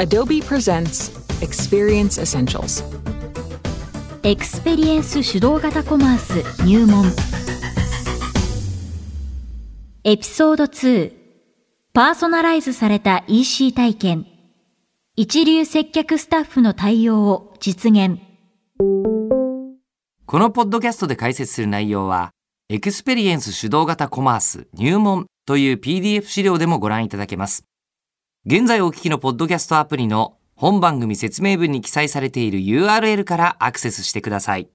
Adobe presents Experience Essentials. エクスペリエンス主導型コマース入門。エピソード2、パーソナライズされた EC 体験。一流接客スタッフの対応を実現。 このポッドキャストで解説する内容は、エクスペリエンス主導型コマース入門という PDF 資料でもご覧いただけます。現在お聞きのポッドキャストアプリの本番組説明文に記載されている URL からアクセスしてください。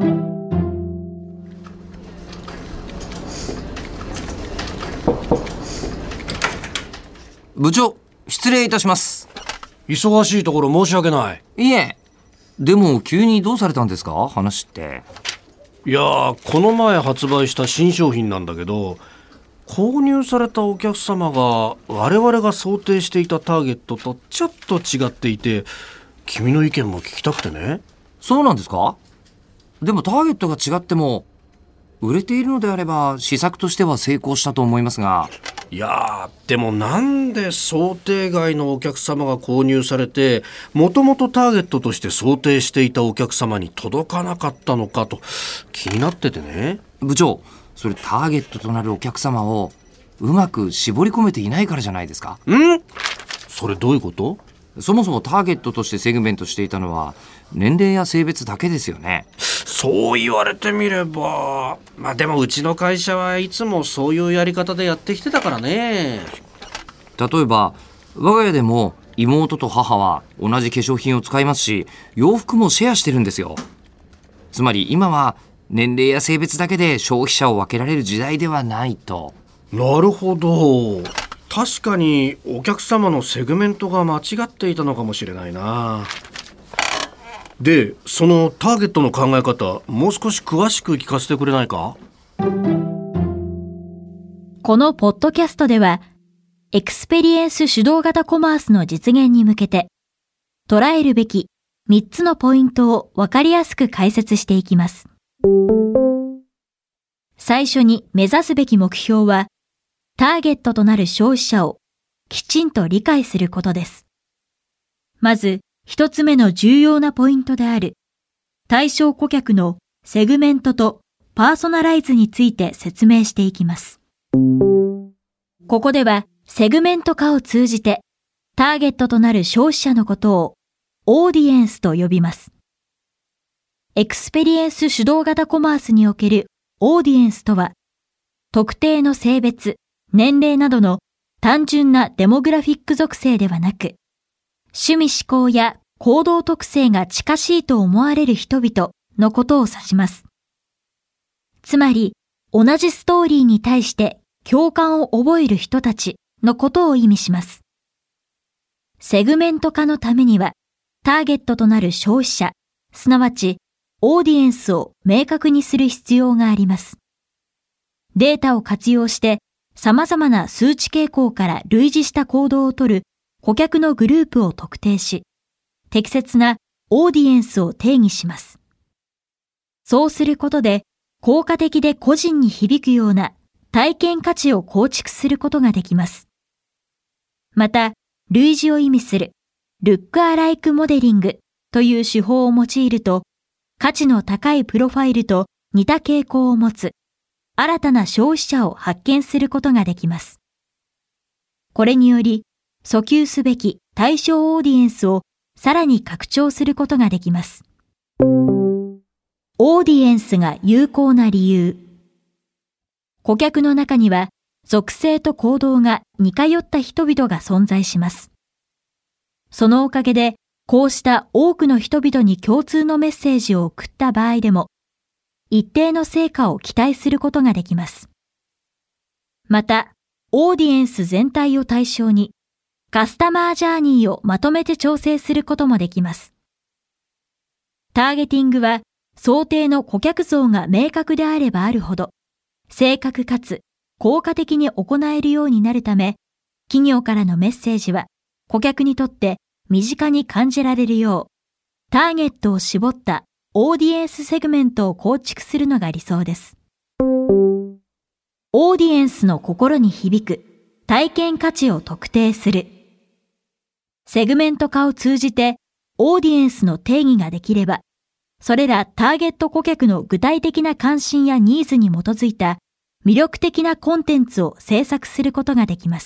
部長、失礼いたします。 忙しいところ申し訳ない。 いえ、でも急にどうされたんですか、話って。 いやー、この前発売した新商品なんだけど、購入されたお客様が我々が想定していたターゲットとちょっと違っていて、君の意見も聞きたくてね。 そうなんですか？でもターゲットが違っても売れているのであれば施策としては成功したと思いますが。 いやー、でもなんで想定外のお客様が購入されて、もともとターゲットとして想定していたお客様に届かなかったのかと気になっててね。 部長、それターゲットとなるお客様をうまく絞り込めていないからじゃないですか？ それどういうこと？ そもそもターゲットとしてセグメントしていたのは年齢や性別だけですよね。 そう言われてみれば、でもうちの会社はいつもそういうやり方でやってきてたからね。 例えば我が家でも妹と母は同じ化粧品を使いますし、洋服もシェアしてるんですよ。つまり今は年齢や性別だけで消費者を分けられる時代ではないと。 なるほど。確かにお客様のセグメントが間違っていたのかもしれないな。で、そのターゲットの考え方、もう少し詳しく聞かせてくれないか？ このポッドキャストでは、エクスペリエンス主導型コマースの実現に向けて、捉えるべき3つのポイントを分かりやすく解説していきます。最初に目指すべき目標は、ターゲットとなる消費者をきちんと理解することです。まず、一つ目の重要なポイントである、対象顧客のセグメントとパーソナライズについて説明していきます。ここでは、セグメント化を通じて、ターゲットとなる消費者のことをオーディエンスと呼びます。エクスペリエンス主導型コマースにおけるオーディエンスとは、特定の性別、年齢などの単純なデモグラフィック属性ではなく、趣味思考や行動特性が近しいと思われる人々のことを指します。つまり、同じストーリーに対して共感を覚える人たちのことを意味します。セグメント化のためには、ターゲットとなる消費者、すなわちオーディエンスを明確にする必要があります。データを活用して様々な数値傾向から類似した行動をとる顧客のグループを特定し、適切なオーディエンスを定義します。そうすることで、効果的で個人に響くような体験価値を構築することができます。また、類似を意味するルックアライクモデリングという手法を用いると、価値の高いプロファイルと似た傾向を持つ新たな消費者を発見することができます。これにより、訴求すべき対象オーディエンスをさらに拡張することができます。オーディエンスが有効な理由。顧客の中には属性と行動が似通った人々が存在します。そのおかげで、こうした多くの人々に共通のメッセージを送った場合でも、一定の成果を期待することができます。また、オーディエンス全体を対象に、カスタマージャーニーをまとめて調整することもできます。ターゲティングは、想定の顧客像が明確であればあるほど、正確かつ効果的に行えるようになるため、企業からのメッセージは、顧客にとって身近に感じられるよう、ターゲットを絞ったオーディエンスセグメントを構築するのが理想です。オーディエンスの心に響く体験価値を特定する。 セグメント化を通じてオーディエンスの定義ができれば、それらターゲット顧客の具体的な関心やニーズに基づいた魅力的なコンテンツを制作することができます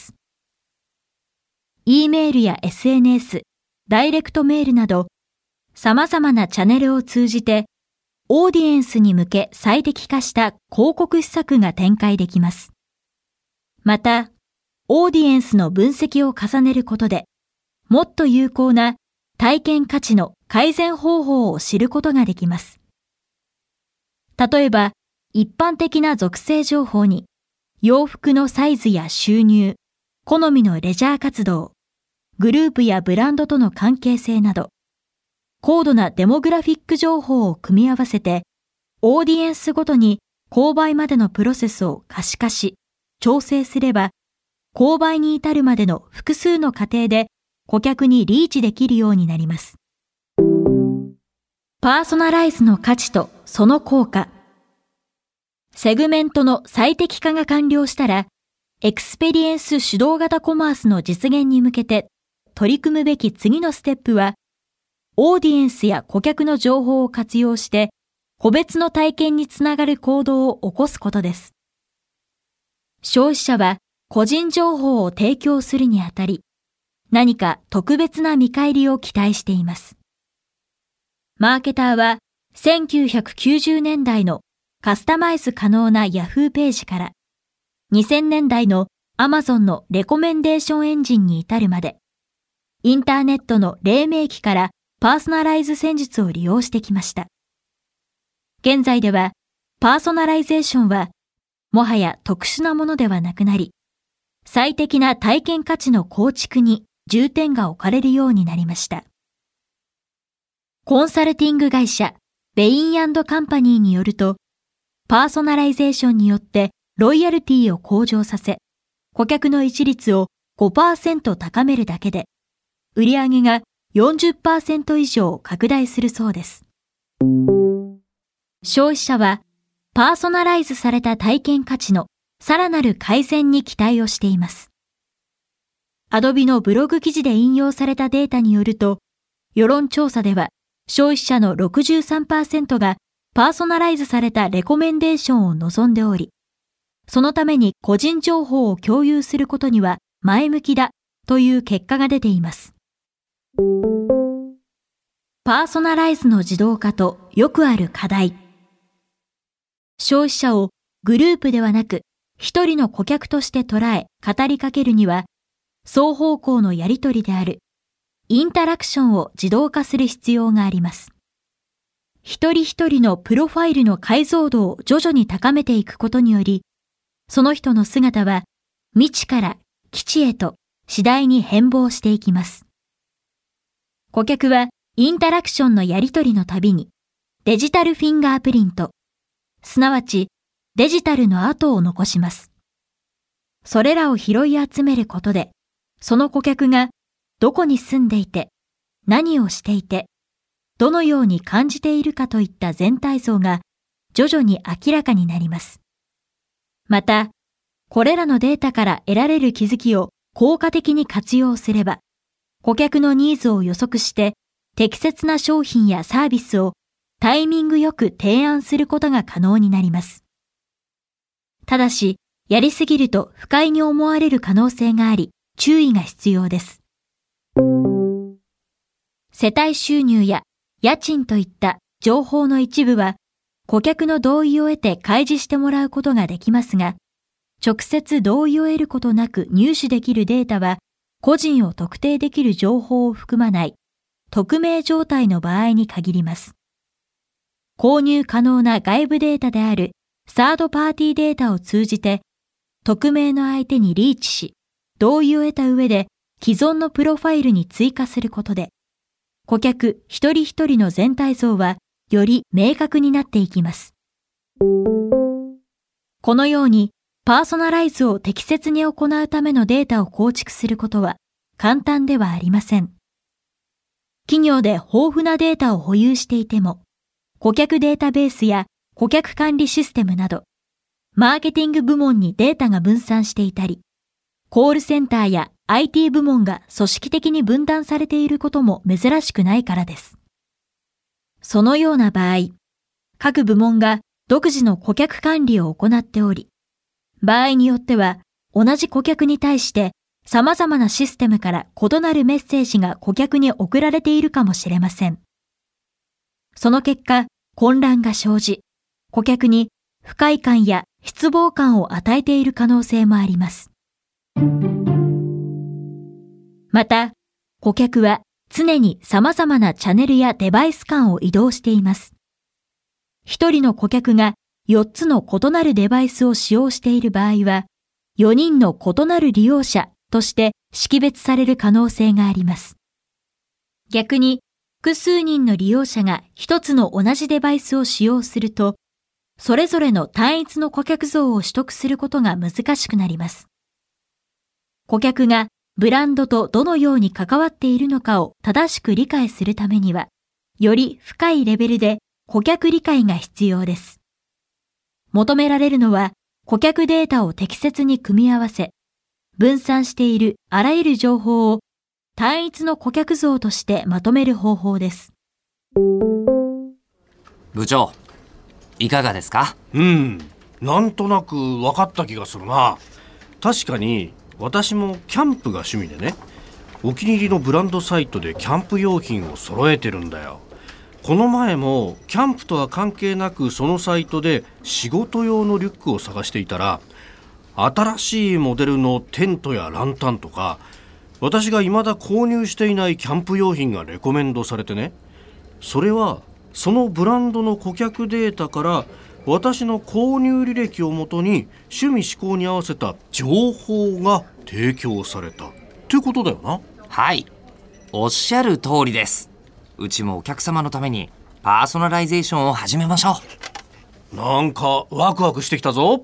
。E メールや SNS、ダイレクトメールなど、様々なチャンネルを通じて、オーディエンスに向け最適化した広告施策が展開できます。また、オーディエンスの分析を重ねることで、もっと有効な体験価値の改善方法を知ることができます。例えば、一般的な属性情報に、洋服のサイズや収入、好みのレジャー活動、グループやブランドとの関係性など、高度なデモグラフィック情報を組み合わせて、オーディエンスごとに購買までのプロセスを可視化し、調整すれば、購買に至るまでの複数の過程で顧客にリーチできるようになります。パーソナライズの価値とその効果。セグメントの最適化が完了したら、エクスペリエンス主導型コマースの実現に向けて取り組むべき次のステップは、オーディエンスや顧客の情報を活用して、個別の体験につながる行動を起こすことです。消費者は個人情報を提供するにあたり、何か特別な見返りを期待しています。マーケターは1990年代のカスタマイズ可能な Yahoo ページから2000年代の Amazon のレコメンデーションエンジンに至るまで、インターネットの黎明期からパーソナライズ戦術を利用してきました。現在ではパーソナライゼーションはもはや特殊なものではなくなり、最適な体験価値の構築に重点が置かれるようになりました。コンサルティング会社ベイン&カンパニーによると、パーソナライゼーションによってロイヤルティを向上させ、顧客の一律を 5% 高めるだけで、売上が 40% 以上拡大するそうです。消費者はパーソナライズされた体験価値のさらなる改善に期待をしています。アドビのブログ記事で引用されたデータによると、世論調査では消費者の 63% がパーソナライズされたレコメンデーションを望んでおり、そのために個人情報を共有することには前向きだという結果が出ています。パーソナライズの自動化とよくある課題。消費者をグループではなく一人の顧客として捉え語りかけるには、双方向のやり取りであるインタラクションを自動化する必要があります。一人一人のプロファイルの解像度を徐々に高めていくことにより、その人の姿は未知から基地へと次第に変貌していきます。顧客はインタラクションのやり取りのたびにデジタルフィンガープリント、すなわちデジタルの跡を残します。それらを拾い集めることで、その顧客がどこに住んでいて、何をしていて、どのように感じているかといった全体像が徐々に明らかになります。また、これらのデータから得られる気づきを効果的に活用すれば、顧客のニーズを予測して適切な商品やサービスをタイミングよく提案することが可能になります。ただし、やりすぎると不快に思われる可能性があり、注意が必要です。世帯収入や家賃といった情報の一部は、顧客の同意を得て開示してもらうことができますが、直接同意を得ることなく入手できるデータは、個人を特定できる情報を含まない匿名状態の場合に限ります。購入可能な外部データであるサードパーティーデータを通じて、匿名の相手にリーチし、同意を得た上で既存のプロファイルに追加することで、顧客一人一人の全体像はより明確になっていきます。このようにパーソナライズを適切に行うためのデータを構築することは簡単ではありません。企業で豊富なデータを保有していても、顧客データベースや顧客管理システムなど、マーケティング部門にデータが分散していたり、コールセンターや IT 部門が組織的に分断されていることも珍しくないからです。そのような場合、各部門が独自の顧客管理を行っており、場合によっては同じ顧客に対して様々なシステムから異なるメッセージが顧客に送られているかもしれません。その結果、混乱が生じ、顧客に不快感や失望感を与えている可能性もあります。また、顧客は常に様々なチャンネルやデバイス間を移動しています。一人の顧客が4つの異なるデバイスを使用している場合は、4人の異なる利用者として識別される可能性があります。逆に、複数人の利用者が一つの同じデバイスを使用すると、それぞれの単一の顧客像を取得することが難しくなります。顧客がブランドとどのように関わっているのかを正しく理解するためには、より深いレベルで顧客理解が必要です。求められるのは、顧客データを適切に組み合わせ、分散しているあらゆる情報を単一の顧客像としてまとめる方法です。 部長、いかがですか？ なんとなく分かった気がするな。確かに私もキャンプが趣味でね、お気に入りのブランドサイトでキャンプ用品を揃えてるんだよ。この前もキャンプとは関係なくそのサイトで仕事用のリュックを探していたら、新しいモデルのテントやランタンとか、私が未だ購入していないキャンプ用品がレコメンドされてね、それはそのブランドの顧客データから私の購入履歴をもとに趣味嗜好に合わせた情報が提供されたっていうことだよな。 はい、おっしゃる通りです。うちもお客様のためにパーソナライゼーションを始めましょう。なんかワクワクしてきたぞ。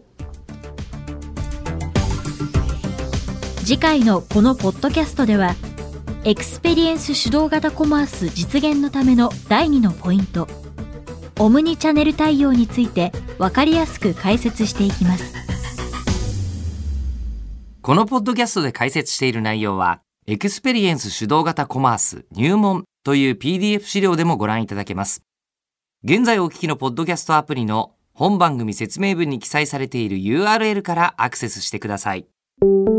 次回のこのポッドキャストでは、エクスペリエンス主導型コマース実現のための第2のポイント、オムニチャネル対応について分かりやすく解説していきます。 このポッドキャストで解説している内容は、エクスペリエンス主導型コマース入門という PDF 資料でもご覧いただけます。現在お聞きのポッドキャストアプリの本番組説明文に記載されている URL からアクセスしてください。